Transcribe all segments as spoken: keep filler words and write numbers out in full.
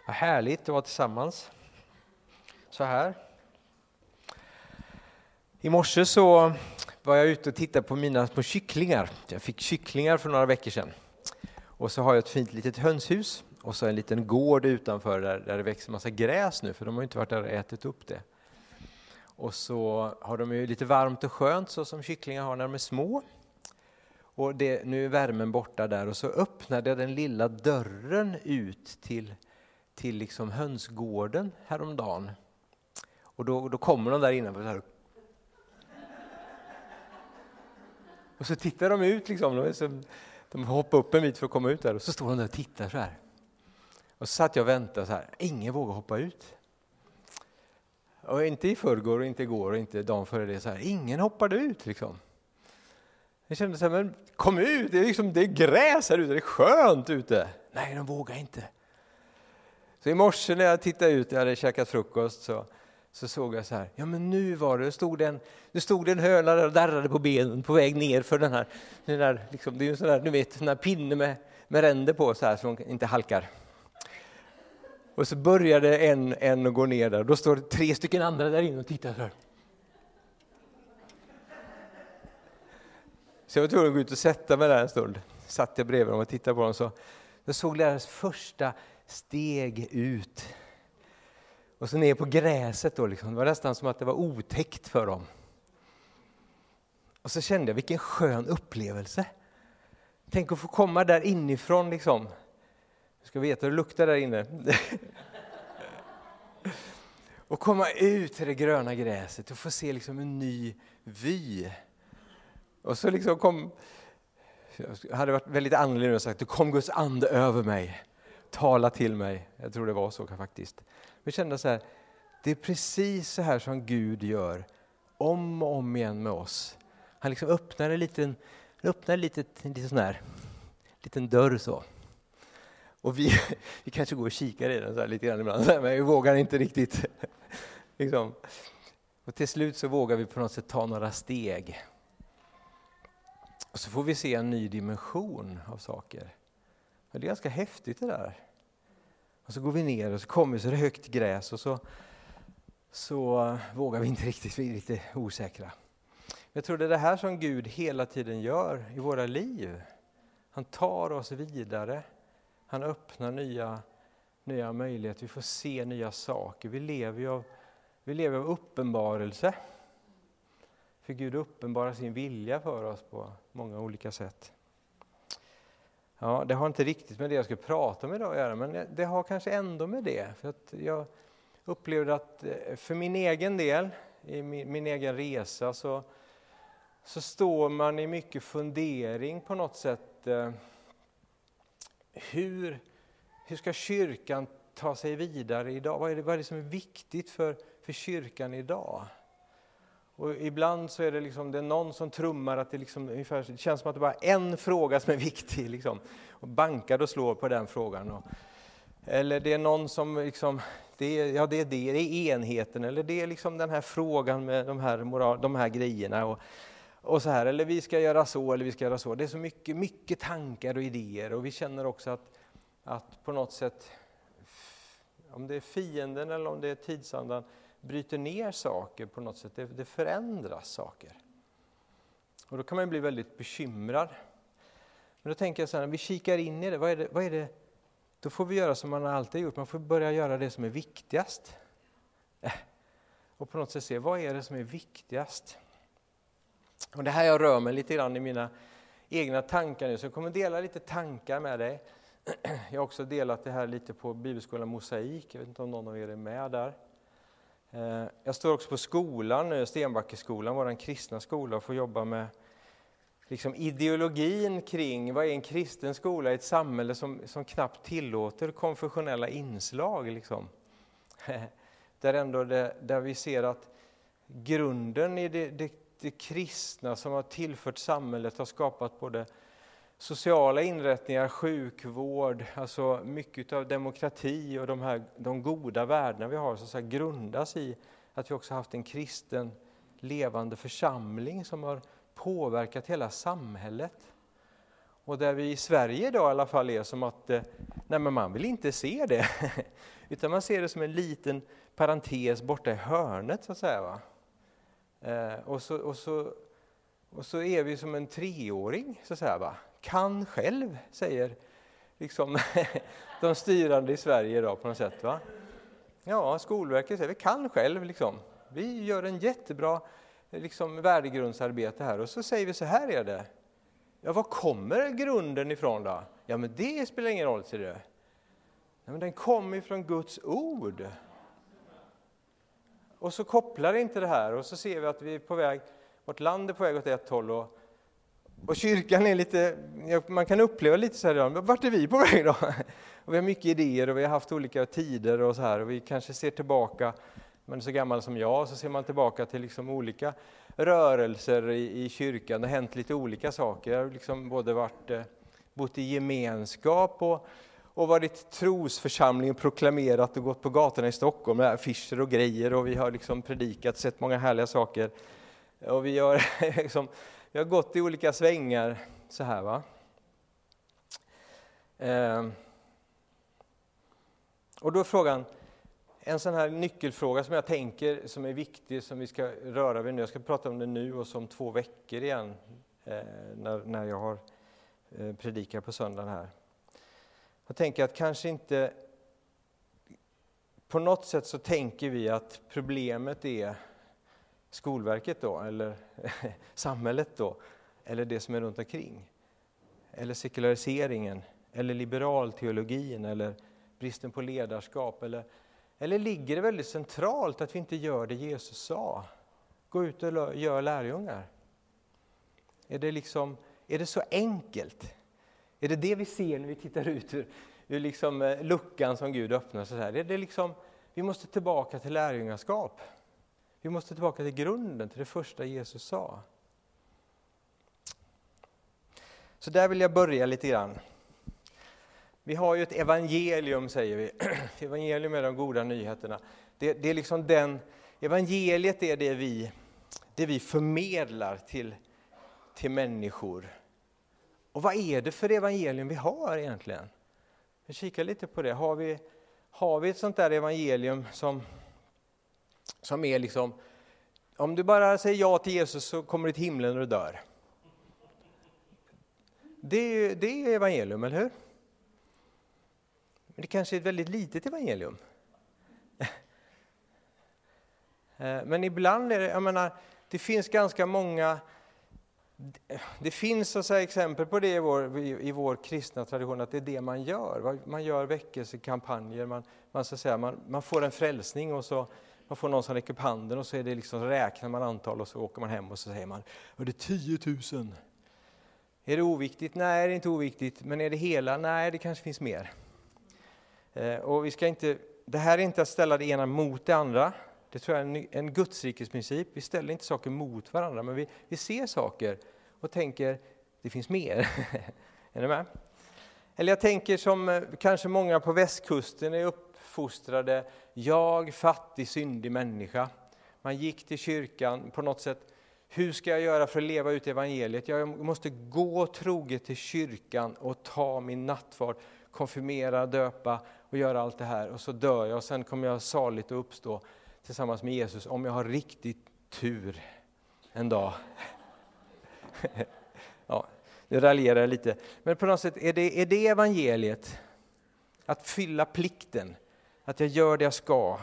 Vad härligt att vara tillsammans. Så här. I morse så var jag ute och tittade på mina små kycklingar. Jag fick kycklingar för några veckor sedan. Och så har jag ett fint litet hönshus. Och så en liten gård utanför där, där det växer massa gräs nu. För de har inte varit där och ätit upp det. Och så har de ju lite varmt och skönt så som kycklingar har när de är små. Och det, nu är värmen borta där. Och så öppnade jag den lilla dörren ut till, till liksom hönsgården häromdagen. Och då, då kommer de där inne. Så här. Och så tittar de ut liksom. De, så, de hoppar upp en bit för att komma ut där. Och så står de där och tittar så här. Och så satt jag och väntade så här. Ingen vågar hoppa ut. Och inte i förrgår och inte igår och inte dagen före det. Så här. Ingen hoppade ut liksom. Jag kände så här, men kom ut. Det är, liksom, det är gräs här ute. Det är skönt ute. Nej, de vågar inte. Så i morse när jag tittade ut, jag hade käkat frukost, så, så såg jag så här. Ja, men nu var det, det stod en, det stod en höna där och darrade på benen på väg ner för den här. Den där liksom, det är ju en sån där, du vet, en pinne med, med ränder på så här som inte halkar. Och så började en, en att gå ner där. Då står det tre stycken andra där inne och tittar så här. Så jag var tvungen att gå ut och sätta mig där en stund. Satt jag bredvid dem och tittade på dem. Så jag såg deras första steg ut. Och så ner på gräset då. Liksom. Det var nästan som att det var otäckt för dem. Och så kände jag vilken skön upplevelse. Tänk att få komma där inifrån liksom. Du ska veta hur det luktar där inne. Och komma ut till det gröna gräset och få se liksom en ny vy. Och så liksom kom, jag hade varit väldigt annorlunda och sagt, det kom Guds ande över mig. Tala till mig. Jag tror det var så faktiskt. Men jag kände så här, det är precis så här som Gud gör om och om igen med oss. Han liksom öppnar en liten, öppnar en liten, en liten sån här, liten dörr så. Och vi, vi kanske går och kikar i den så här lite grann ibland, men vi vågar inte riktigt. liksom. Och till slut så vågar vi på något sätt ta några steg. Och så får vi se en ny dimension av saker. Och det är ganska häftigt det där. Och så går vi ner och så kommer vi så det högt gräs och så, så vågar vi inte riktigt, vi är lite osäkra. Jag tror det är det här som Gud hela tiden gör i våra liv. Han tar oss vidare. Han öppnar nya, nya möjligheter. Vi får se nya saker. Vi lever ju av, vi lever av uppenbarelse. För Gud uppenbarar sin vilja för oss på många olika sätt. Ja, det har inte riktigt med det jag ska prata om idag att göra, men det har kanske ändå med det. För att jag upplevde att för min egen del, i min, min egen resa, så, så står man i mycket fundering på något sätt. Eh, hur, hur ska kyrkan ta sig vidare idag? Vad är det, vad är det som är viktigt för, för kyrkan idag? Och ibland så är det liksom, det är någon som trummar att det liksom ungefär, det känns som att det bara är en fråga som är viktig liksom, och bankar och slår på den frågan. Och, eller det är någon som liksom, det är, ja det är det, det är enheten, eller det är liksom den här frågan med de här, moral, de här grejerna och, och så här, eller vi ska göra så eller vi ska göra så. Det är så mycket, mycket tankar och idéer, och vi känner också att, att på något sätt, om det är fienden eller om det är tidsandan, bryter ner saker på något sätt. Det, det förändras saker. Och då kan man bli väldigt bekymrad. Men då tänker jag så här, när vi kikar in i det, vad är det, vad är det? Då får vi göra som man alltid gjort. Man får börja göra det som är viktigast. Och på något sätt se, vad är det som är viktigast? Och det här jag rör mig lite grann i mina egna tankar nu. Så jag kommer dela lite tankar med dig. Jag har också delat det här lite på Bibelskolan Mosaik. Jag vet inte om någon av er är med där. Jag står också på skolan nu, Stenbackeskolan, vår kristna skola, och får jobba med liksom ideologin kring vad är en kristen skola i ett samhälle som, som knappt tillåter konfessionella inslag. Liksom. Där, ändå det, där vi ser att grunden i det, det, det kristna som har tillfört samhället har skapat både sociala inrättningar, sjukvård, alltså mycket av demokrati och de här de goda värdena vi har, så att säga, grundas i att vi också haft en kristen levande församling som har påverkat hela samhället. Och där vi i Sverige idag i alla fall är som att nej, men man vill inte se det. Utan man ser det som en liten parentes borta i hörnet så att säga. Va? Eh, och, så, och, så, och så är vi som en treåring så att säga. Va? Kan själv, säger liksom, de styrande i Sverige idag på något sätt. Va? Ja, Skolverket säger vi kan själv. Liksom. Vi gör en jättebra liksom, värdegrundsarbete här. Och så säger vi så här är det. Ja, var kommer grunden ifrån då? Ja, men det spelar ingen roll till det. Ja, men den kommer ifrån Guds ord. Och så kopplar inte det här och så ser vi att vi är på väg, vårt land är på väg åt ett håll och, och kyrkan är lite, man kan uppleva lite så här, vart är vi på väg då? Och vi har mycket idéer och vi har haft olika tider och så här och vi kanske ser tillbaka, men så gammal som jag så ser man tillbaka till liksom olika rörelser i, i kyrkan. Det har hänt lite olika saker. Jag har liksom både varit, eh, bott i gemenskap och, och varit trosförsamling och proklamerat och gått på gatorna i Stockholm med affischer och grejer. Och vi har liksom predikat, sett många härliga saker. Och vi har, liksom, vi har gått i olika svängar så här va. Eh, och då är frågan, en sån här nyckelfråga som jag tänker som är viktig, som vi ska röra vid nu. Jag ska prata om det nu och som två veckor igen eh, när, när jag har eh, predikat på söndagen här. Jag tänker att kanske inte, på något sätt så tänker vi att problemet är Skolverket då, eller samhället då, eller det som är runt omkring. Eller sekulariseringen, eller liberalteologin, eller bristen på ledarskap, eller Eller ligger det väldigt centralt att vi inte gör det Jesus sa? Gå ut och gör lärjungar. Är det, liksom, är det så enkelt? Är det det vi ser när vi tittar ut ur, ur liksom luckan som Gud öppnar? Så här? Är det liksom, vi måste tillbaka till lärjungaskap. Vi måste tillbaka till grunden, till det första Jesus sa. Så där vill jag börja lite grann. Vi har ju ett evangelium, säger vi. Evangelium är de goda nyheterna. Det, det är liksom den, evangeliet är det vi, det vi förmedlar till, till människor. Och vad är det för evangelium vi har egentligen? Vi kikar lite på det. Har vi, har vi ett sånt där evangelium som, som är liksom, om du bara säger ja till Jesus så kommer du till himlen och du dör. Det, det är evangelium, eller hur? Men det kanske är ett väldigt litet evangelium. Men ibland är det, jag menar, det finns ganska många, det finns så att säga exempel på det i vår, i vår kristna tradition, att det är det man gör. Man gör väckelsekampanjer, man, man, så att säga, man, man får en frälsning och så man får någon som räcker upp handen och så är det liksom, så räknar man antal och så åker man hem och så säger man, är det tio tusen? Är det oviktigt? Nej, det är inte oviktigt. Men är det hela? Nej, det kanske finns mer. Och vi ska inte, det här är inte att ställa det ena mot det andra. Det tror jag är en, en gudsrikesprincip. Vi ställer inte saker mot varandra, men vi, vi ser saker och tänker, det finns mer. Är ni med? Eller jag tänker som kanske många på västkusten är uppfostrade. Jag, fattig, syndig människa. Man gick till kyrkan på något sätt. Hur ska jag göra för att leva ut evangeliet? Jag måste gå troget till kyrkan och ta min nattvard. Konfirmera, döpa och göra allt det här. Och så dör jag och sen kommer jag saligt att uppstå tillsammans med Jesus om jag har riktigt tur en dag. Ja, det raljerar jag lite. Men på något sätt är det, är det evangeliet. Att fylla plikten. Att jag gör det jag ska.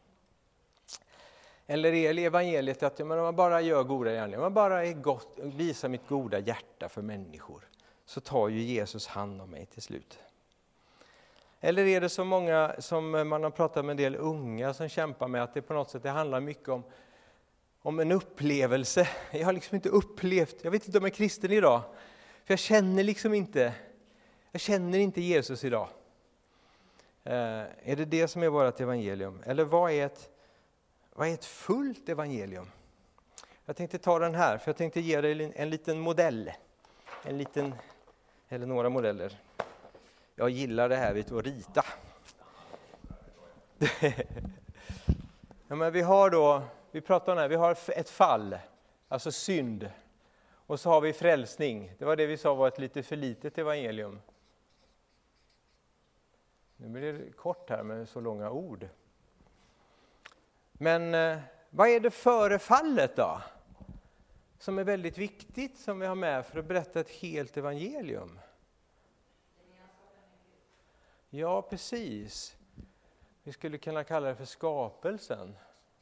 Eller är evangeliet att om man bara gör goda gärningar. Om man bara är gott, visar mitt goda hjärta för människor. Så tar ju Jesus hand om mig till slut. Eller är det så många som man har pratat med en del unga som kämpar med att det på något sätt det handlar mycket om, om en upplevelse. Jag har liksom inte upplevt, jag vet inte om jag är kristen idag. För jag känner liksom inte, jag känner inte Jesus idag. Eh, är det det som är vårt evangelium? Eller vad är ett, vad är ett fullt evangelium? Jag tänkte ta den här, för jag tänkte ge dig en liten modell. En liten, eller några modeller. Jag gillar det här vid att rita. Ja, men vi har då, vi pratar om det här, vi har ett fall, alltså synd. Och så har vi frälsning. Det var det vi sa var ett lite för litet evangelium. Nu blir det kort här med så långa ord. Men eh, vad är det före fallet då? Som är väldigt viktigt som vi har med för att berätta ett helt evangelium. Ja, precis. Vi skulle kunna kalla det för skapelsen.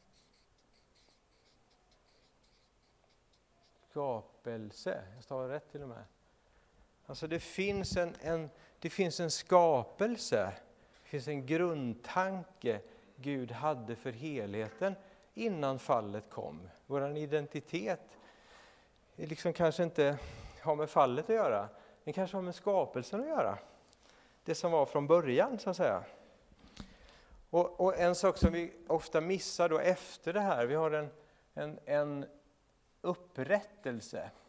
Skapelse, jag stavar rätt till och med. Alltså det finns en, en, det finns en skapelse, det finns en grundtanke Gud hade för helheten innan fallet kom. Vår identitet är liksom kanske inte har med fallet att göra, den kanske har med skapelsen att göra. Det som var från början så att säga. Och, och en sak som vi ofta missar då efter det här, vi har en, en, en upprättelse.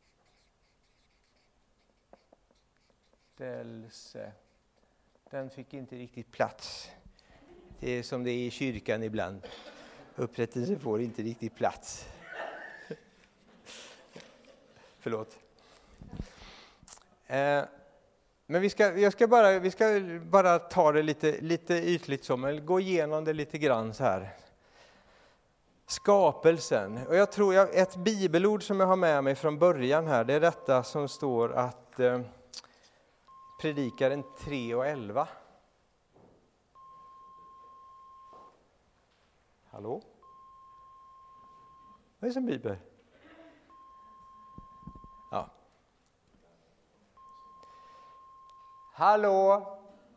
Ställelse. Den fick inte riktigt plats. Det är som det är i kyrkan ibland. Upprättelse får inte riktigt plats. Förlåt. Eh, men vi ska, jag ska bara, vi ska bara ta det lite, lite ytligt som, eller gå igenom det lite grann så här. Skapelsen. Och jag tror jag, ett bibelord som jag har med mig från början här, det är detta som står att eh, Predikaren tre och elva. Hallå? Vad är det som bibel? Ja. Hallå?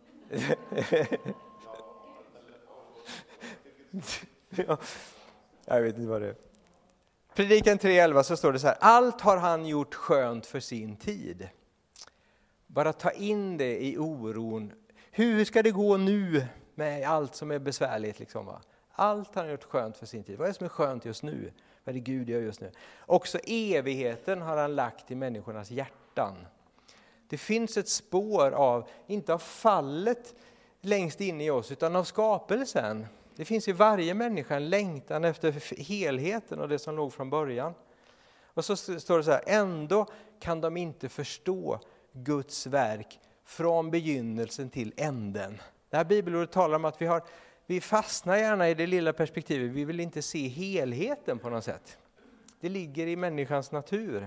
Ja. Jag vet inte vad det är. Predikan tre elva så står det så här. Allt har han gjort skönt för sin tid. Bara ta in det i oron. Hur ska det gå nu med allt som är besvärligt? Liksom, va? Allt har han gjort skönt för sin tid. Vad är det som är skönt just nu? Vad är det Gud gör just nu? Också evigheten har han lagt i människornas hjärtan. Det finns ett spår av, inte av fallet längst in i oss, utan av skapelsen. Det finns i varje människa en längtan efter helheten och det som låg från början. Och så står det så här, ändå kan de inte förstå Guds verk från begynnelsen till änden. Det här bibelordet talar om att vi, har, vi fastnar gärna i det lilla perspektivet. Vi vill inte se helheten på något sätt. Det ligger i människans natur.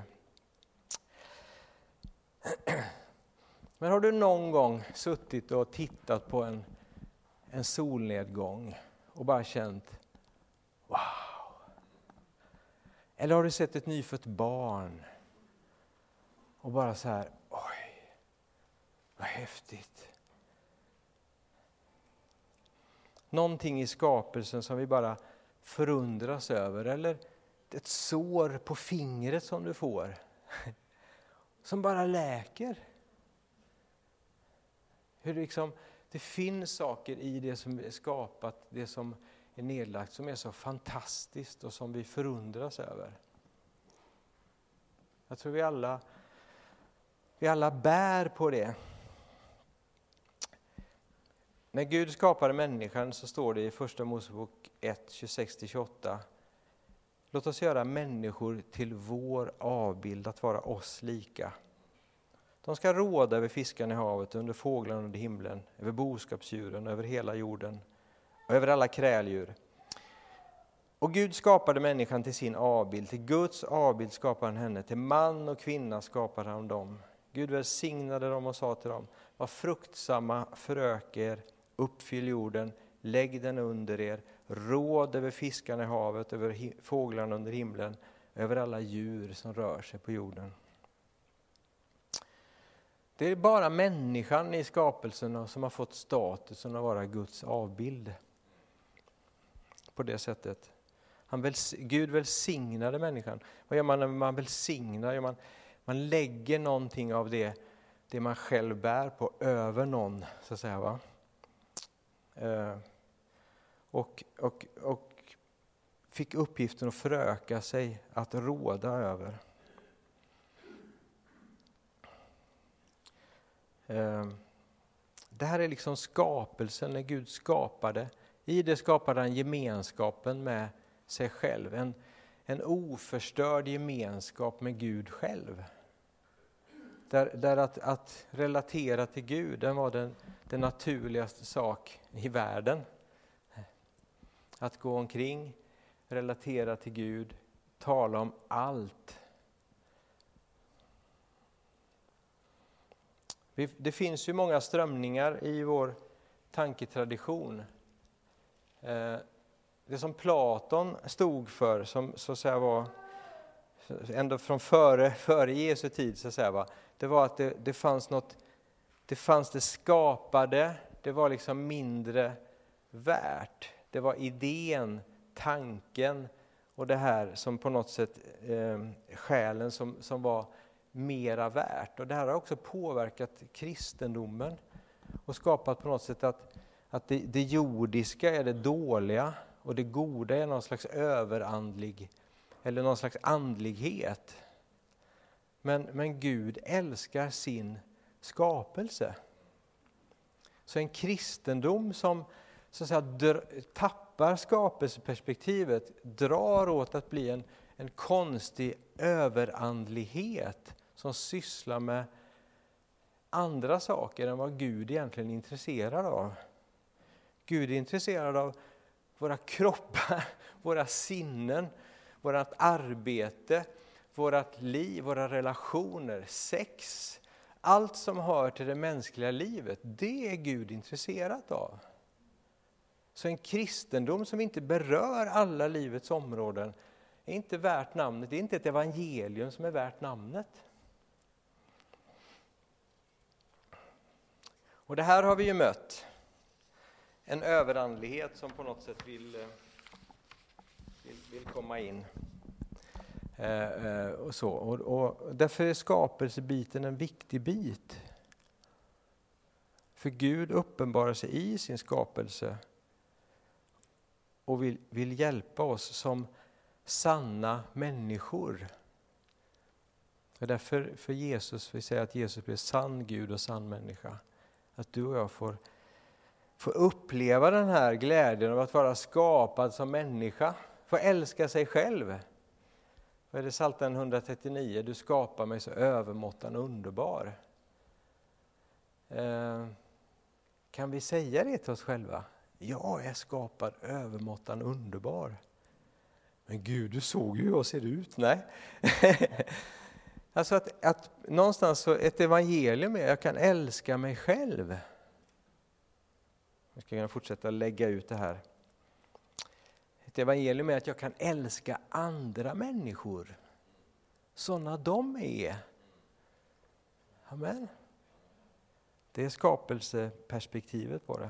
Men har du någon gång suttit och tittat på en, en solnedgång och bara känt wow? Eller har du sett ett nyfött barn och bara så här, oj, vad häftigt. Någonting i skapelsen som vi bara förundras över, eller ett sår på fingret som du får som bara läker. Hur liksom, det finns saker i det som är skapat, det som är nedlagt, som är så fantastiskt och som vi förundras över. Jag tror vi alla, vi alla bär på det. När Gud skapade människan så står det i första Mosebok ett, tjugosex till tjugoåtta. Låt oss göra människor till vår avbild, att vara oss lika. De ska råda över fiskarna i havet, under fåglarna under himlen, över boskapsdjuren, över hela jorden och över alla kräldjur. Och Gud skapade människan till sin avbild, till Guds avbild skapade han henne, till man och kvinna skapade han dem. Gud välsignade dem och sa till dem, var fruktsamma, förök er, uppfyll jorden, lägg den under er, råd över fiskarna i havet, över fåglarna under himlen, över alla djur som rör sig på jorden. Det är bara människan i skapelsen som har fått statusen att vara Guds avbild. På det sättet. Han väls- Gud välsignade människan. Vad gör man när man välsignar? Gör man, man lägger någonting av det, det man själv bär på över någon, så att säga, va? Eh, och, och, och fick uppgiften att föröka sig, att råda över. Det här är liksom skapelsen när Gud skapade. I det skapade han gemenskapen med sig själv. En, en oförstörd gemenskap med Gud själv. Där, där att, att relatera till Gud, den var den, den naturligaste sak i världen. Att gå omkring, relatera till Gud, tala om allt. Det finns ju många strömningar i vår tanketradition. Det som Platon stod för, som så att säga var ändå från före, före Jesu tid, så att säga, va? Det var att det, det fanns något, det fanns det skapade, det var liksom mindre värt. Det var idén, tanken och det här som på något sätt eh, själen som, som var mera värt. Och det här har också påverkat kristendomen och skapat på något sätt att, att det, det jordiska är det dåliga och det goda är någon slags överandlig eller någon slags andlighet. Men, men Gud älskar sin skapelse. Så en kristendom som så att säga, dr- tappar skapelseperspektivet drar åt att bli en, en konstig överandlighet som sysslar med andra saker än vad Gud egentligen är intresserad av. Gud är intresserad av våra kroppar, våra sinnen, vårt arbete, vårt liv, våra relationer, sex. Allt som hör till det mänskliga livet, det är Gud intresserad av. Så en kristendom som inte berör alla livets områden är inte värt namnet. Det är inte ett evangelium som är värt namnet. Och det här har vi ju mött. En överandlighet som på något sätt vill, vill, vill komma in. Eh, och så. Och, och därför är skapelsebiten en viktig bit. För Gud uppenbarar sig i sin skapelse och vill, vill hjälpa oss som sanna människor. Och därför för Jesus, vi säger att Jesus blir sann Gud och sann människa. Att du och jag får, får uppleva den här glädjen av att vara skapad som människa. Få älska sig själv. Vad är det Psaltaren etthundratrettionio? Du skapar mig så övermåttan underbar. Eh, kan vi säga det till oss själva? Jag är skapad övermåttan underbar. Men Gud, du såg ju hur jag ser ut. Nej. Alltså att, att någonstans så ett evangelium är att jag kan älska mig själv. Jag ska kunna fortsätta lägga ut det här. Ett evangelium är att jag kan älska andra människor. Sådana de är. Amen. Det är skapelseperspektivet på det.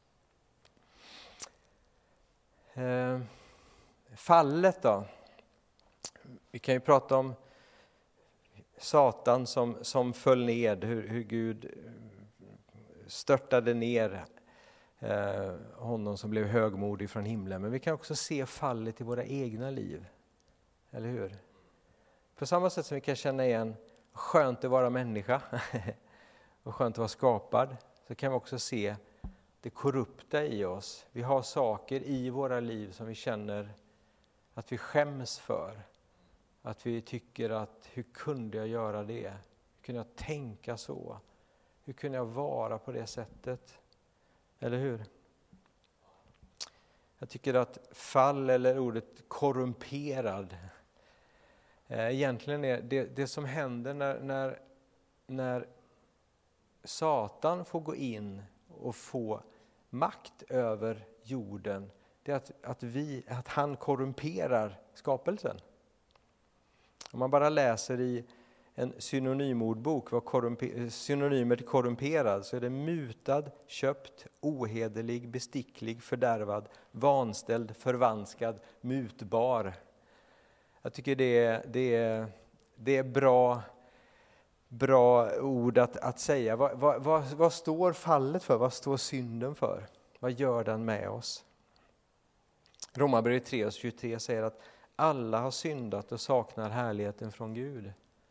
Eh, fallet då. Vi kan ju prata om Satan som, som föll ned, hur, hur Gud störtade ner eh, honom som blev högmodig från himlen. Men vi kan också se fallet i våra egna liv. Eller hur? På samma sätt som vi kan känna igen skönt att vara människa och skönt att vara skapad, så kan vi också se det korrupta i oss. Vi har saker i våra liv som vi känner att vi skäms för. Att vi tycker att hur kunde jag göra det? Hur kunde jag tänka så? Hur kunde jag vara på det sättet? Eller hur? Jag tycker att fall eller ordet korrumperad eh, egentligen är det, det som händer när, när, när Satan får gå in och få makt över jorden. Det är att, att, vi, att han korrumperar skapelsen. Om man bara läser i en synonymordbok vad korrumper, synonymer till korrumperad, så är det mutad, köpt, ohederlig, besticklig, fördärvad, vanställd, förvanskad, mutbar. Jag tycker det är, det är, det är bra, bra ord att, att säga. Vad, vad, vad, vad står fallet för? Vad står synden för? Vad gör den med oss? Romarbrevet tre och tjugotre säger att alla har syndat och saknar härligheten från Gud.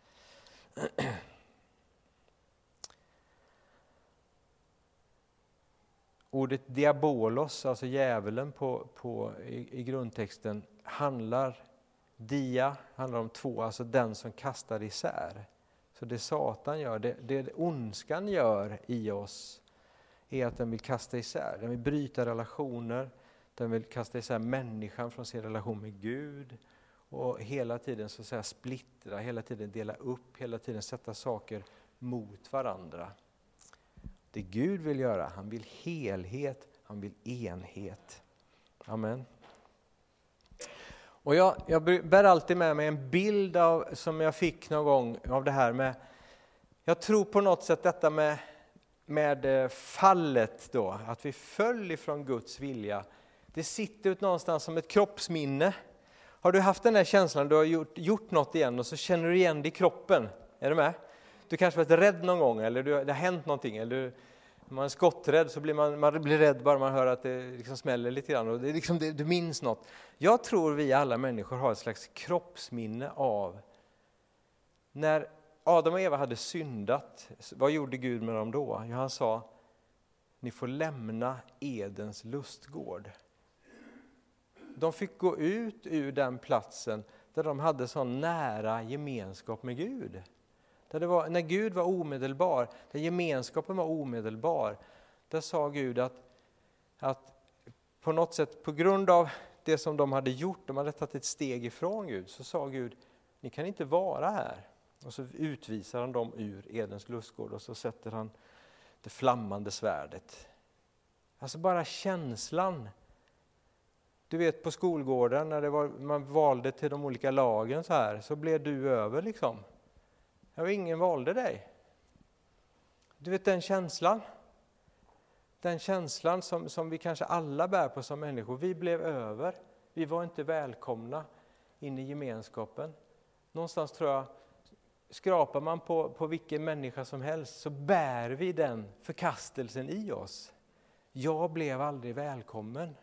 Ordet diabolos, alltså djävulen på, på, i, i grundtexten, handlar Dia handlar om två, alltså den som kastar isär. Så det Satan gör, det, det ondskan gör i oss är att den vill kasta isär. Den vill bryta relationer, den vill kasta isär människan från sin relation med Gud. Och hela tiden så att säga splittra, hela tiden dela upp, hela tiden sätta saker mot varandra. Det Gud vill göra, han vill helhet, han vill enhet. Amen. Och jag, jag bär alltid med mig en bild av, som jag fick någon gång av det här med, jag tror på något sätt detta med, med fallet då, att vi föll ifrån Guds vilja. Det sitter ut någonstans som ett kroppsminne. Har du haft den här känslan, du har gjort, gjort något igen och så känner du igen det i kroppen? Är du med? Du kanske varit rädd någon gång eller du, det har hänt någonting. Eller du, när man är skotträdd så blir man, man blir rädd bara man hör att det liksom smäller lite grann. Och det är liksom, det, du minns något. Jag tror vi alla människor har ett slags kroppsminne av när Adam och Eva hade syndat. Vad gjorde Gud med dem då? Ja, han sa, ni får lämna Edens lustgård. De fick gå ut ur den platsen där de hade sån nära gemenskap med Gud. Där det var, när Gud var omedelbar, där gemenskapen var omedelbar, där sa Gud att, att på något sätt på grund av det som de hade gjort, de hade tagit ett steg ifrån Gud, så sa Gud, ni kan inte vara här. Och så utvisar han dem ur Edens lustgård och så sätter han det flammande svärdet. Alltså bara känslan. Du vet på skolgården när det var, man valde till de olika lagen så här, så blev du över liksom. Och ingen valde dig. Du vet den känslan. Den känslan som, som vi kanske alla bär på som människor. Vi blev över. Vi var inte välkomna in i gemenskapen. Någonstans tror jag, skrapar man på, på vilken människa som helst så bär vi den förkastelsen i oss. Jag blev aldrig välkommen.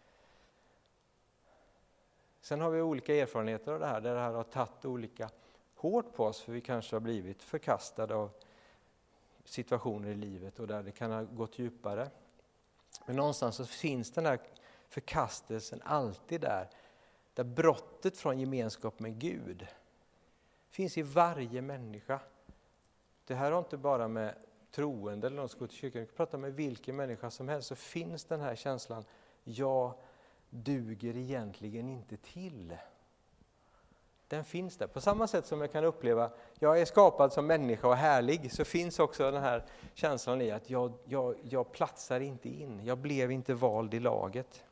Sen har vi olika erfarenheter av det här, där det här har tagit olika hårt på oss, för vi kanske har blivit förkastade av situationer i livet och där det kan ha gått djupare. Men någonstans så finns den här förkastelsen alltid där, där brottet från gemenskap med Gud finns i varje människa. Det här har inte bara med troende eller någon som går till kyrkan, vi kan prata med vilken människa som helst, så finns den här känslan, jag duger egentligen inte till. Den finns där. På samma sätt som jag kan uppleva, jag är skapad som människa och härlig, så finns också den här känslan i att jag, jag, jag platsar inte in. Jag blev inte vald i laget.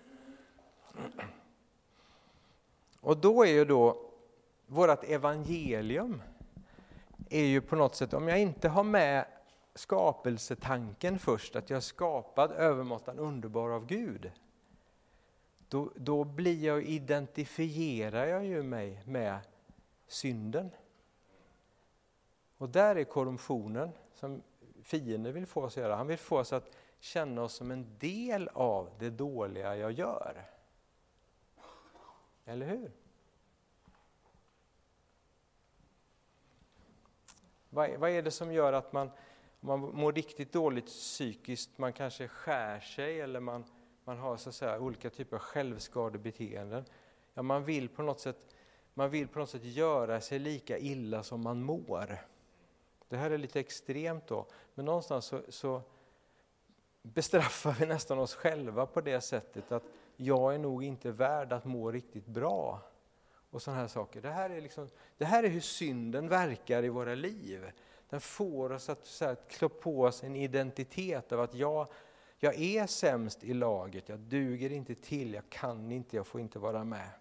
Och då är ju då vårt evangelium är ju på något sätt, om jag inte har med skapelsetanken först, att jag är skapad övermåttan underbar av Gud, Då, då blir jag, identifierar jag ju mig med synden. Och där är korruptionen som fienden vill få oss att göra. Han vill få oss att känna oss som en del av det dåliga jag gör. Eller hur? Vad, vad är det som gör att man, man mår riktigt dåligt psykiskt, man kanske skär sig eller man Man har så att säga olika typer av självskadebeteenden. Ja, man vill på något sätt, man vill på något sätt göra sig lika illa som man mår. Det här är lite extremt då. Men någonstans så, så bestraffar vi nästan oss själva på det sättet att jag är nog inte värd att må riktigt bra. Och sådana här saker. Det här är, liksom, det här är hur synden verkar i våra liv. Den får oss att, så här, klå på oss en identitet av att jag Jag är sämst i laget, jag duger inte till, jag kan inte, jag får inte vara med.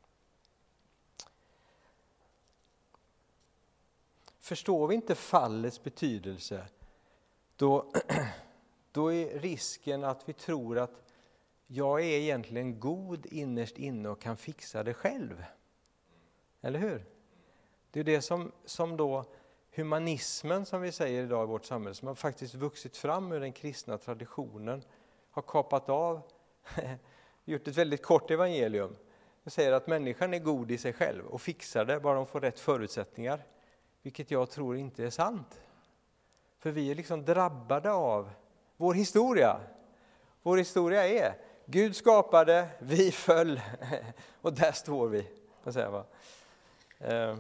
Förstår vi inte fallets betydelse, då, då är risken att vi tror att jag är egentligen god innerst inne och kan fixa det själv. Eller hur? Det är det som, som då humanismen, som vi säger idag i vårt samhälle, som har faktiskt vuxit fram ur den kristna traditionen, har kapat av, gjort ett väldigt kort evangelium. Det säger att människan är god i sig själv och fixar det bara de får rätt förutsättningar. Vilket jag tror inte är sant. För vi är liksom drabbade av vår historia. Vår historia är, Gud skapade, vi föll och där står vi. Jag säger, va? Eh,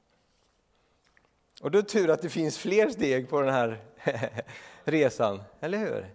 och då är det tur att det finns fler steg på den här resan, eller hur?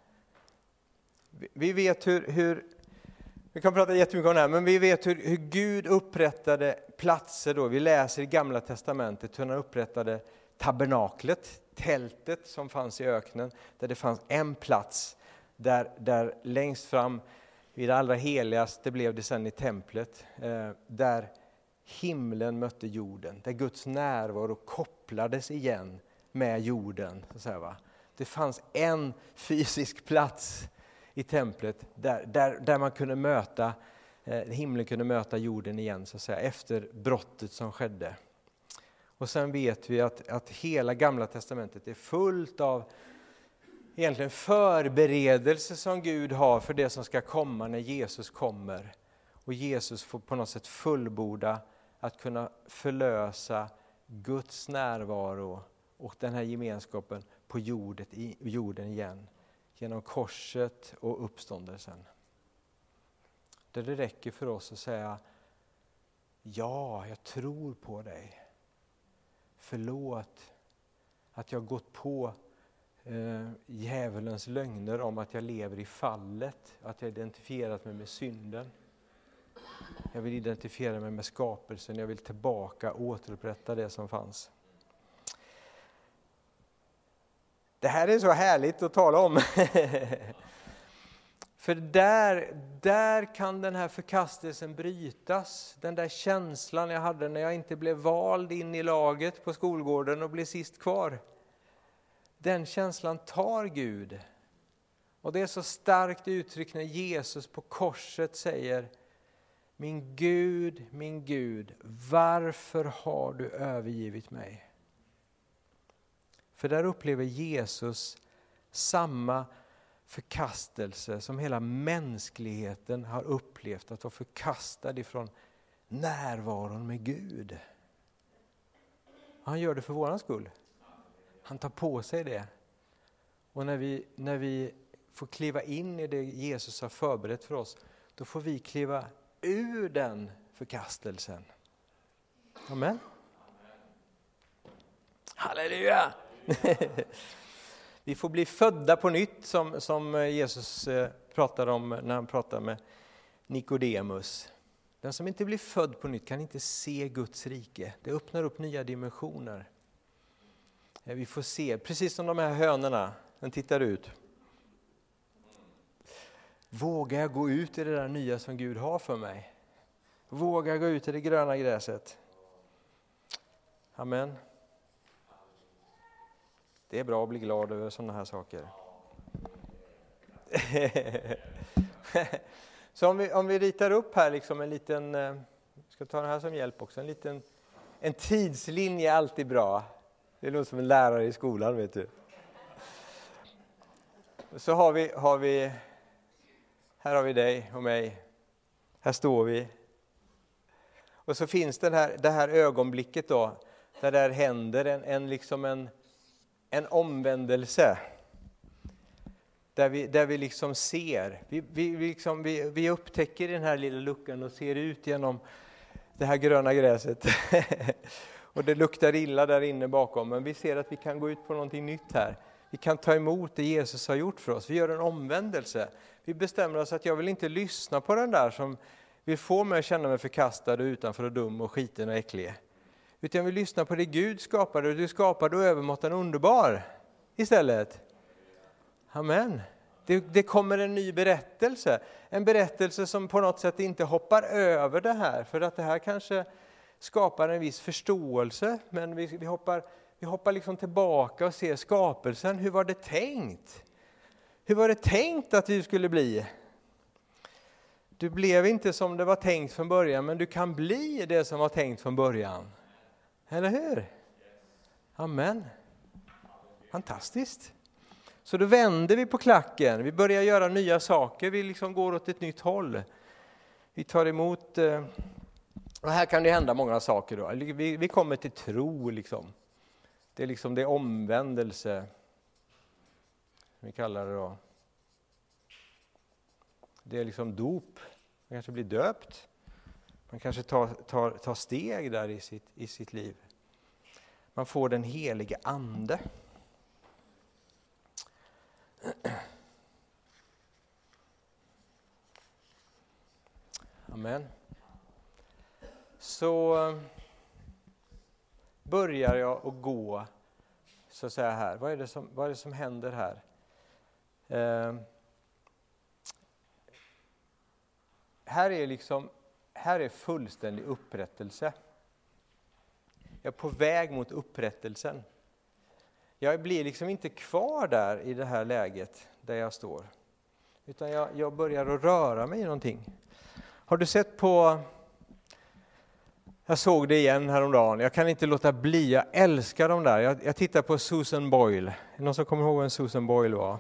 Vi vet hur, hur vi kan prata jättemycket om det här, men vi vet hur, hur Gud upprättade platser då. Vi läser i Gamla testamentet hur han upprättade tabernaklet, tältet som fanns i öknen, där det fanns en plats där, där längst fram vid det allra heligaste blev det sen i templet, eh, där himlen mötte jorden, där Guds närvaro kopplades igen med jorden, så att säga, va? Det fanns en fysisk plats i templet där, där, där man kunde möta, eh, himlen kunde möta jorden igen, så att säga, efter brottet som skedde. Och sen vet vi att, att hela Gamla testamentet är fullt av egentligen förberedelse som Gud har för det som ska komma när Jesus kommer. Och Jesus får på något sätt fullborda att kunna förlösa Guds närvaro och den här gemenskapen på jorden, i jorden igen. Genom korset och uppståndelsen. Där det räcker för oss att säga: ja, jag tror på dig. Förlåt att jag gått på eh, djävulens lögner om att jag lever i fallet. Att jag identifierat mig med synden. Jag vill identifiera mig med skapelsen. Jag vill tillbaka och återupprätta det som fanns. Det här är så härligt att tala om. För där, där kan den här förkastelsen brytas. Den där känslan jag hade när jag inte blev vald in i laget på skolgården och blev sist kvar. Den känslan tar Gud. Och det är så starkt uttryck när Jesus på korset säger: min Gud, min Gud, varför har du övergivit mig? För där upplever Jesus samma förkastelse som hela mänskligheten har upplevt, att vara förkastad ifrån närvaron med Gud. Han gör det för våran skull. Han tar på sig det. Och när vi, när vi får kliva in i det Jesus har förberett för oss, då får vi kliva ur den förkastelsen. Amen. Halleluja! Vi får bli födda på nytt, som, som Jesus pratade om när han pratade med Nikodemus. Den som inte blir född på nytt kan inte se Guds rike. Det öppnar upp nya dimensioner. Vi får se, precis som de här hönorna, den tittar ut. Vågar jag gå ut i det där nya som Gud har för mig? Vågar jag gå ut i det gröna gräset? Amen. Det är bra att bli glad över sådana här saker. Så om vi, om vi ritar upp här liksom en liten, jag ska ta den här som hjälp också, en liten en tidslinje är alltid bra. Det är nog som en lärare i skolan, vet du. Så har vi, har vi, här har vi dig och mig. Här står vi. Och så finns den här, det här ögonblicket då, där där händer en, en liksom en En omvändelse där vi, där vi liksom ser, vi, vi, vi, liksom, vi, vi upptäcker den här lilla luckan och ser ut genom det här gröna gräset. Och det luktar illa där inne bakom, men vi ser att vi kan gå ut på någonting nytt här. Vi kan ta emot det Jesus har gjort för oss. Vi gör en omvändelse. Vi bestämmer oss att jag vill inte lyssna på den där som vill få mig att känna mig förkastad och utanför och dum och skiten och äcklig. Utan jag vill lyssna på det Gud skapade, och du skapade och övermåttan underbar istället. Amen. Det, det kommer en ny berättelse. En berättelse som på något sätt inte hoppar över det här. För att det här kanske skapar en viss förståelse. Men vi, vi, hoppar, vi hoppar liksom tillbaka och ser skapelsen. Hur var det tänkt? Hur var det tänkt att du skulle bli? Du blev inte som det var tänkt från början, men du kan bli det som var tänkt från början. Eller hur? Amen. Fantastiskt. Så då vänder vi på klacken. Vi börjar göra nya saker. Vi liksom går åt ett nytt håll. Vi tar emot. Och här kan det hända många saker då. Vi, vi kommer till tro liksom. Det är liksom det omvändelse. Vi kallar det då. Det är liksom dop. Man kanske blir döpt. Man kanske tar, tar, tar steg där i sitt, i sitt liv. Man får den helige ande. Amen. Så börjar jag att gå så att säga här. Vad är det som, vad är det som händer här? Eh, här är liksom här är fullständig upprättelse. Jag är på väg mot upprättelsen. Jag blir liksom inte kvar där i det här läget där jag står. Utan jag, jag börjar att röra mig i någonting. Har du sett på... Jag såg det igen häromdagen. Jag kan inte låta bli. Jag älskar dem där. Jag, jag tittar på Susan Boyle. Är det någon som kommer ihåg vem Susan Boyle var?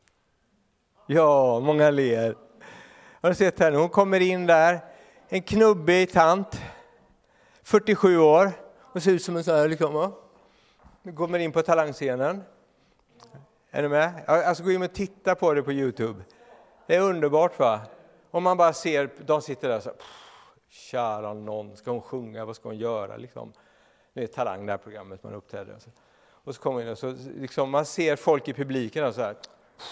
Ja, många ler. Har du sett henne? Hon kommer in där. En knubbig tant. fyrtiosju år. Och ser ut som en sån här liksom. Nu kommer in på talangscenen. Är du med? Alltså gå in och titta på det på YouTube. Det är underbart, va? Om man bara ser, de sitter där så här, kära någon, ska hon sjunga, vad ska hon göra liksom? Det är Talang, det här programmet man uppträder. Alltså. Och så kommer in och så liksom, man ser folk i publiken och så här.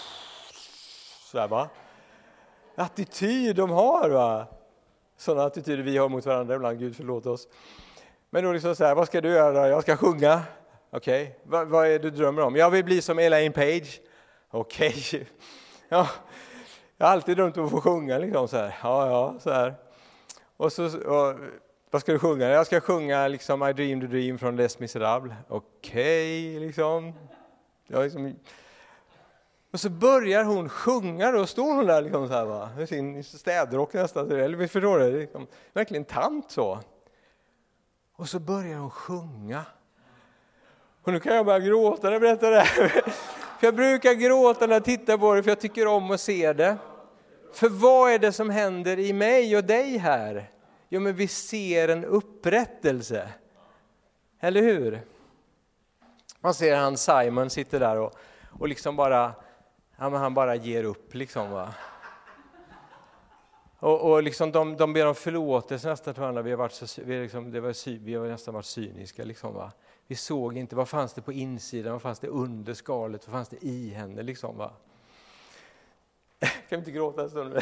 Så här, va? Attityd de har, va? Sådana attityder vi har mot varandra ibland, Gud förlåt oss. Men då liksom så här, vad ska du göra? Jag ska sjunga. Okej, okay. Va, vad är det du drömmer om? Jag vill bli som Elaine Page. Okej. Okay. Ja. Jag har alltid drömt om att få sjunga liksom så här. Ja, ja, så här. Och så, och, vad ska du sjunga? Jag ska sjunga liksom I Dream the Dream från Les Misérables. Okej, okay, liksom. Jag liksom. Och så börjar hon sjunga och står hon där liksom så här, va? Med sin städrock nästan. Eller vi förstår det. Liksom, verkligen tant så. Och så börjar hon sjunga. Och nu kan jag bara gråta när jag berättar det här. För jag brukar gråta när jag tittar på det, för jag tycker om att se det. För vad är det som händer i mig och dig här? Jo, men vi ser en upprättelse. Eller hur? Man ser han Simon sitter där och, och liksom bara, ja, men han bara ger upp liksom, va. Och, och liksom de, de ber om förlåtelse nästan till varandra. Vi har varit så, vi, liksom, det var, vi har nästan varit cyniska liksom, va. Vi såg inte, vad fanns det på insidan, vad fanns det under skalet, vad fanns det i henne liksom, va. Kan vi inte gråta en stund?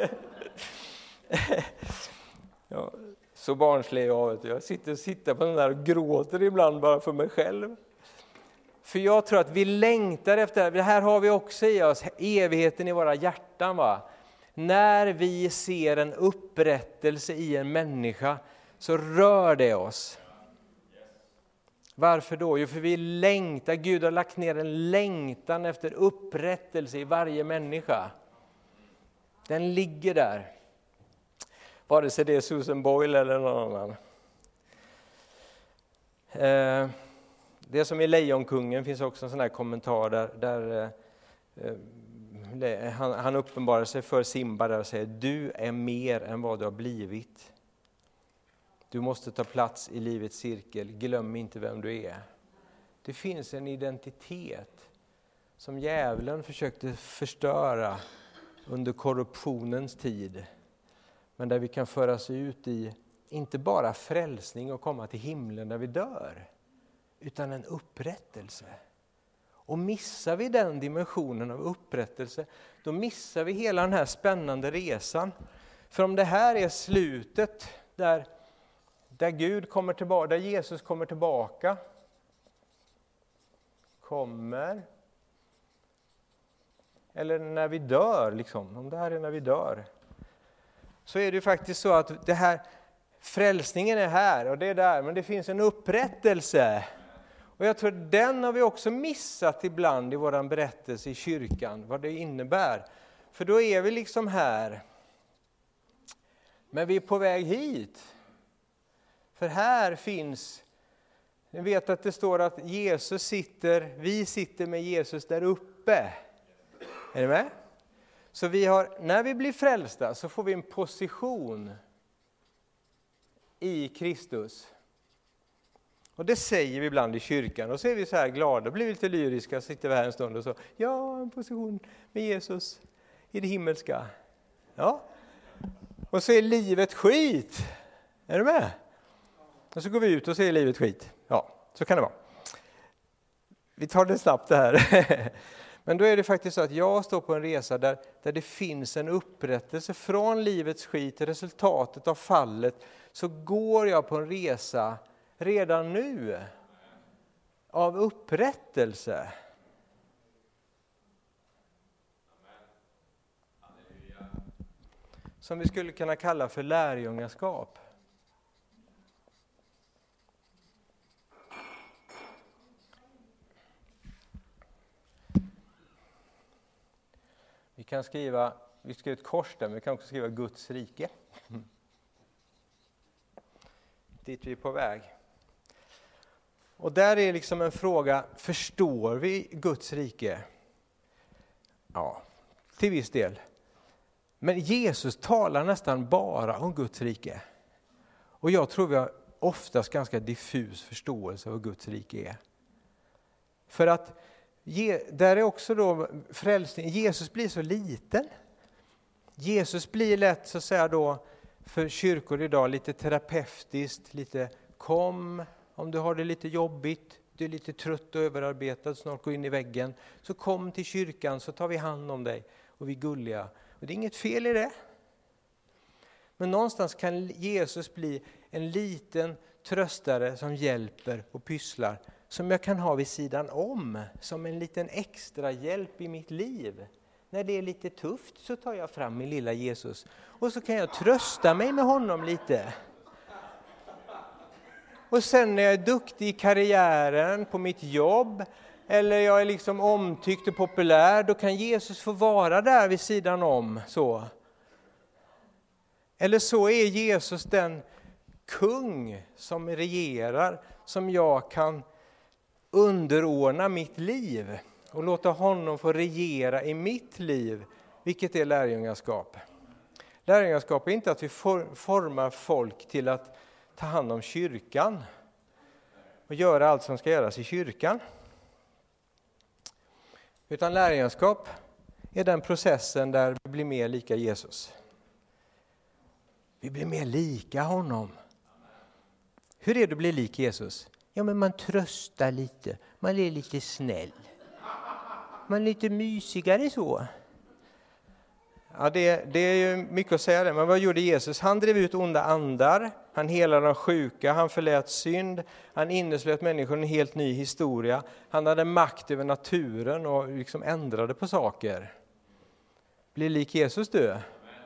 Ja, så barnslig är jag, vet du. Jag sitter och sitter på den där och gråter ibland bara för mig själv. För jag tror att vi längtar efter, det här har vi också i oss, evigheten i våra hjärtan, va. När vi ser en upprättelse i en människa så rör det oss. Varför då? Jo, för vi längtar, Gud har lagt ner en längtan efter upprättelse i varje människa. Den ligger där. Vare sig det är Susan Boyle eller någon annan. Eh, det som i Lejonkungen finns också en sån här kommentar där, där eh, han, han uppenbarar sig för Simba där och säger: du är mer än vad du har blivit. Du måste ta plats i livets cirkel. Glöm inte vem du är. Det finns en identitet som djävulen försökte förstöra under korruptionens tid. Men där vi kan föras ut i inte bara frälsning och komma till himlen där vi dör. Utan en upprättelse. Och missar vi den dimensionen av upprättelse, då missar vi hela den här spännande resan. För om det här är slutet där Där Gud kommer tillbaka, där Jesus kommer tillbaka. Kommer. Eller när vi dör, liksom. Om det här är när vi dör. Så är det ju faktiskt så att det här, frälsningen är här och det är där. Men det finns en upprättelse. Och jag tror att den har vi också missat ibland i våran berättelse i kyrkan. Vad det innebär. För då är vi liksom här. Men vi är på väg hit. För här finns, ni vet att det står att Jesus sitter, vi sitter med Jesus där uppe. Är ni med? Så vi har, när vi blir frälsta så får vi en position i Kristus. Och det säger vi ibland i kyrkan. Och så är vi så här glada, blir lite lyriska, sitter vi här en stund och så, ja, en position med Jesus i det himmelska. Ja. Och så är livet skit. Är du med? Och så går vi ut och ser livet skit. Ja, så kan det vara. Vi tar det snabbt det här. Men då är det faktiskt så att jag står på en resa där, där det finns en upprättelse från livets skit, resultatet av fallet. Så går jag på en resa redan nu av upprättelse. Som vi skulle kunna kalla för lärjungaskap. Vi kan skriva, vi ska ett kors där, men vi kan också skriva Guds rike. Dit vi är på väg. Och där är liksom en fråga, förstår vi Guds rike? Ja, till viss del. Men Jesus talar nästan bara om Guds rike. Och jag tror vi har oftast ganska diffus förståelse av vad Guds rike är. För att där är också då frälsning. Jesus blir så liten. Jesus blir lätt så att säga då för kyrkor idag lite terapeutiskt, lite kom om du har det lite jobbigt, du är lite trött och överarbetad, snart gå in i väggen, så kom till kyrkan så tar vi hand om dig och vi är gulliga. Och det är inget fel i det. Men någonstans kan Jesus bli en liten tröstare som hjälper och pysslar, som jag kan ha vid sidan om, som en liten extra hjälp i mitt liv. När det är lite tufft så tar jag fram min lilla Jesus och så kan jag trösta mig med honom lite. Och sen när jag är duktig i karriären, på mitt jobb, eller jag är liksom omtyckt och populär, då kan Jesus få vara där vid sidan om. Så. Eller så är Jesus den kung som regerar, som jag kan underordna mitt liv och låta honom få regera i mitt liv, vilket är lärjungaskap. Lärjungaskap är inte att vi formar folk till att ta hand om kyrkan och göra allt som ska göras i kyrkan. Utan lärjungaskap är den processen där vi blir mer lika Jesus. Vi blir mer lika honom. Hur är det att bli lik Jesus? Ja, men man tröstar lite. Man är lite snäll. Man är lite mysigare så. Ja, det, det är ju mycket att säga det. Men vad gjorde Jesus? Han drev ut onda andar. Han helade de sjuka. Han förlät synd. Han inneslöt människor en helt ny historia. Han hade makt över naturen och liksom ändrade på saker. Blir lik Jesus du?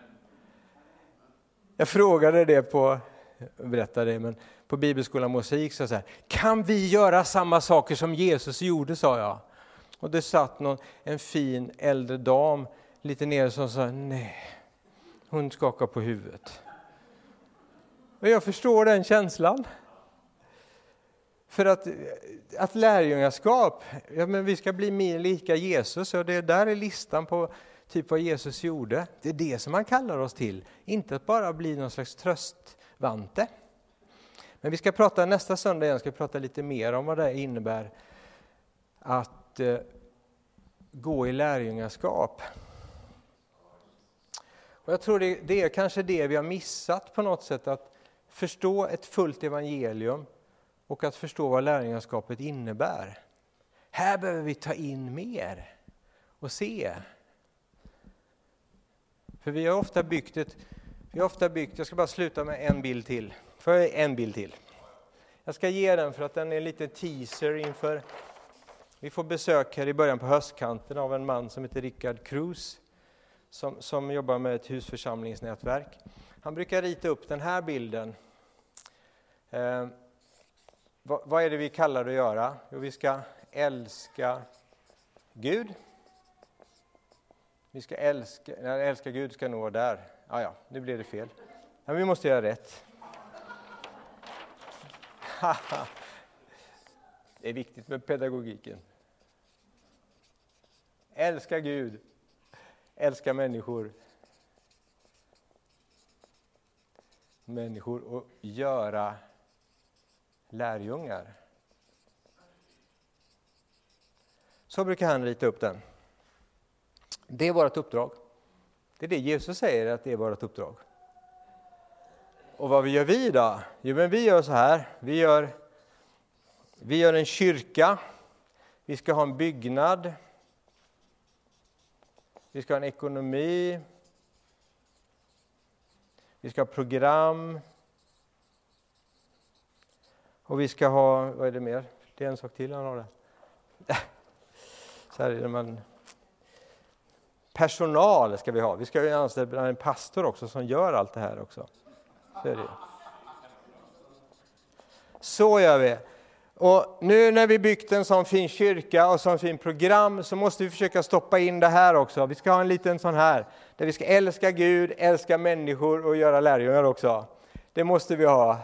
Jag frågade det på, jag berättade det, men på Bibelskolan Musik så, så här, kan vi göra samma saker som Jesus gjorde, sa jag. Och det satt någon, en fin äldre dam lite nere som sa, nej, hon skakar på huvudet. Och jag förstår den känslan. För att, att lärjungaskap, ja, men vi ska bli mer lika Jesus, och det där är listan på typ vad Jesus gjorde. Det är det som han kallar oss till. Inte att bara bli någon slags tröstvante. Men vi ska prata nästa söndag igen, ska prata lite mer om vad det innebär att eh, gå i lärjungaskap. Och jag tror det, det är kanske det vi har missat på något sätt, att förstå ett fullt evangelium och att förstå vad lärjungaskapet innebär. Här behöver vi ta in mer och se. För vi har ofta byggt ett, vi har ofta byggt, jag ska bara sluta med en bild till. För en bild till. Jag ska ge den för att den är lite teaser inför, vi får besök här i början på höstkanten av en man som heter Rickard Cruz. Som, som jobbar med ett husförsamlingsnätverk. Han brukar rita upp den här bilden. Eh, vad, vad är det vi kallar det att göra? Jo, vi ska älska Gud. Vi ska älska, nej, älska Gud ska nå där. Ah, ja, nu blir det fel. Men vi måste göra rätt. Det är viktigt med pedagogiken. Älska Gud. Älska människor. Människor och göra lärjungar. Så brukar han rita upp den. Det är vårt uppdrag. Det är det Jesus säger, att det är vårt uppdrag. Och vad vi gör vi då? Jo, men vi gör så här. Vi gör, vi gör en kyrka. Vi ska ha en byggnad. Vi ska ha en ekonomi. Vi ska ha program. Och vi ska ha, vad är det mer? Det är en sak till han har det. Så här är det man... Personal ska vi ha. Vi ska ju anställa en pastor också som gör allt det här också. Så är det. Så gör vi. Och nu när vi byggt en sån fin kyrka och sån fin program så måste vi försöka stoppa in det här också. Vi ska ha en liten sån här där vi ska älska Gud, älska människor och göra lärjungar också. Det måste vi ha.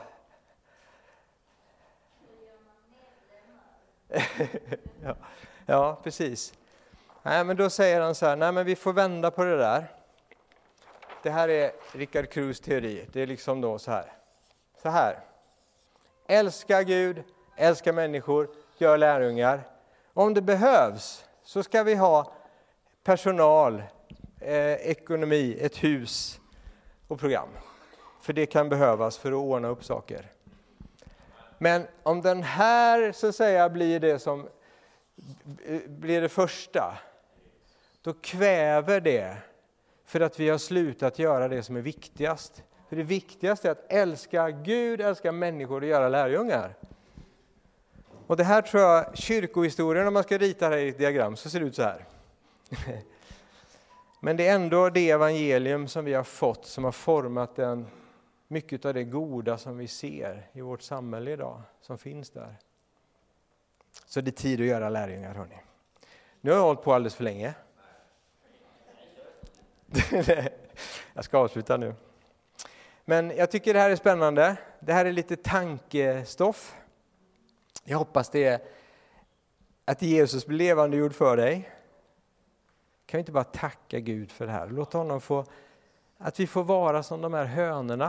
ja, ja, precis. Nej, men då säger han så här, nej men vi får vända på det där. Det här är Richard Kruse teori. Det är liksom då så här. Så här. Älska Gud, älska människor, gör lärjungar. Om det behövs så ska vi ha personal, eh, ekonomi, ett hus och program. För det kan behövas för att ordna upp saker. Men om den här så att säga blir det som blir det första, då kväver det för att vi har slutat göra det som är viktigast. För det viktigaste är att älska Gud, älska människor och göra lärjungar. Och det här tror jag, kyrkohistorien, om man ska rita det här i ett diagram så ser det ut så här. Men det är ändå det evangelium som vi har fått som har format den, mycket av det goda som vi ser i vårt samhälle idag, som finns där. Så det är tid att göra lärjungar, hörni. Nu har jag hållit på alldeles för länge. Jag ska avsluta nu. Men jag tycker det här är spännande. Det här är lite tankestoff. Jag hoppas det är att Jesus blir levande gjord för dig. Kan vi inte bara tacka Gud för det här? Låt honom få, att vi får vara som de här hönorna.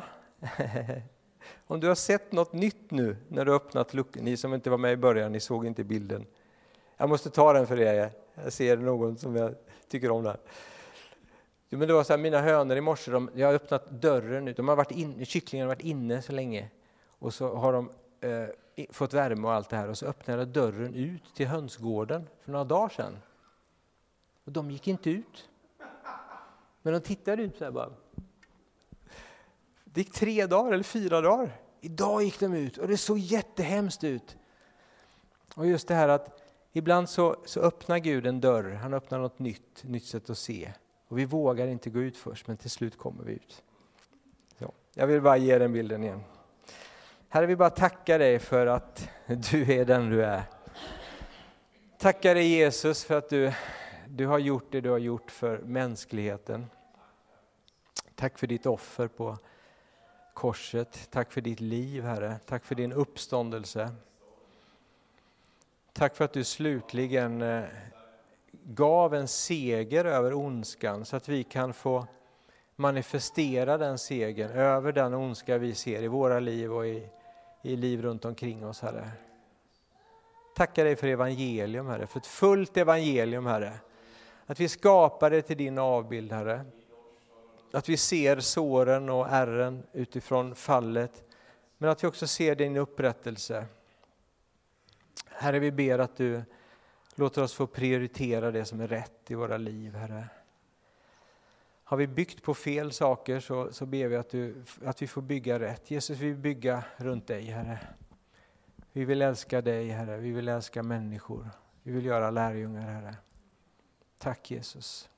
Om du har sett något nytt nu när du har öppnat luckan, ni som inte var med i början, ni såg inte bilden. Jag måste ta den för er. Jag ser någon som jag tycker om där. Men det var så här, mina hönor i morse, de, jag har öppnat dörren ut. De har varit in, kycklingarna har varit inne så länge. Och så har de eh, fått värme och allt det här. Och så öppnade jag dörren ut till hönsgården för några dagar sedan. Och de gick inte ut. Men de tittade ut så här bara. Det gick tre dagar eller fyra dagar. Idag gick de ut och det såg jättehemskt ut. Och just det här att ibland så, så öppnar Gud en dörr. Han öppnar något nytt, nytt sätt att se. Och vi vågar inte gå ut först, men till slut kommer vi ut. Så, jag vill bara ge den bilden igen. Herre, vi bara tacka dig för att du är den du är. Tackar dig Jesus för att du, du har gjort det du har gjort för mänskligheten. Tack för ditt offer på korset. Tack för ditt liv, Herre. Tack för din uppståndelse. Tack för att du slutligen eh, gav en seger över ondskan så att vi kan få manifestera den segern över den ondska vi ser i våra liv och i, i liv runt omkring oss, Herre. Tackar dig för evangelium, Herre. För ett fullt evangelium, Herre. Att vi skapar det till din avbild, Herre. Att vi ser såren och ärren utifrån fallet. Men att vi också ser din upprättelse. Herre, vi ber att du låter oss få prioritera det som är rätt i våra liv, Herre. Har vi byggt på fel saker så, så ber vi att, du, att vi får bygga rätt. Jesus, vi vill bygga runt dig, Herre. Vi vill älska dig, Herre. Vi vill älska människor. Vi vill göra lärjungar, Herre. Tack, Jesus.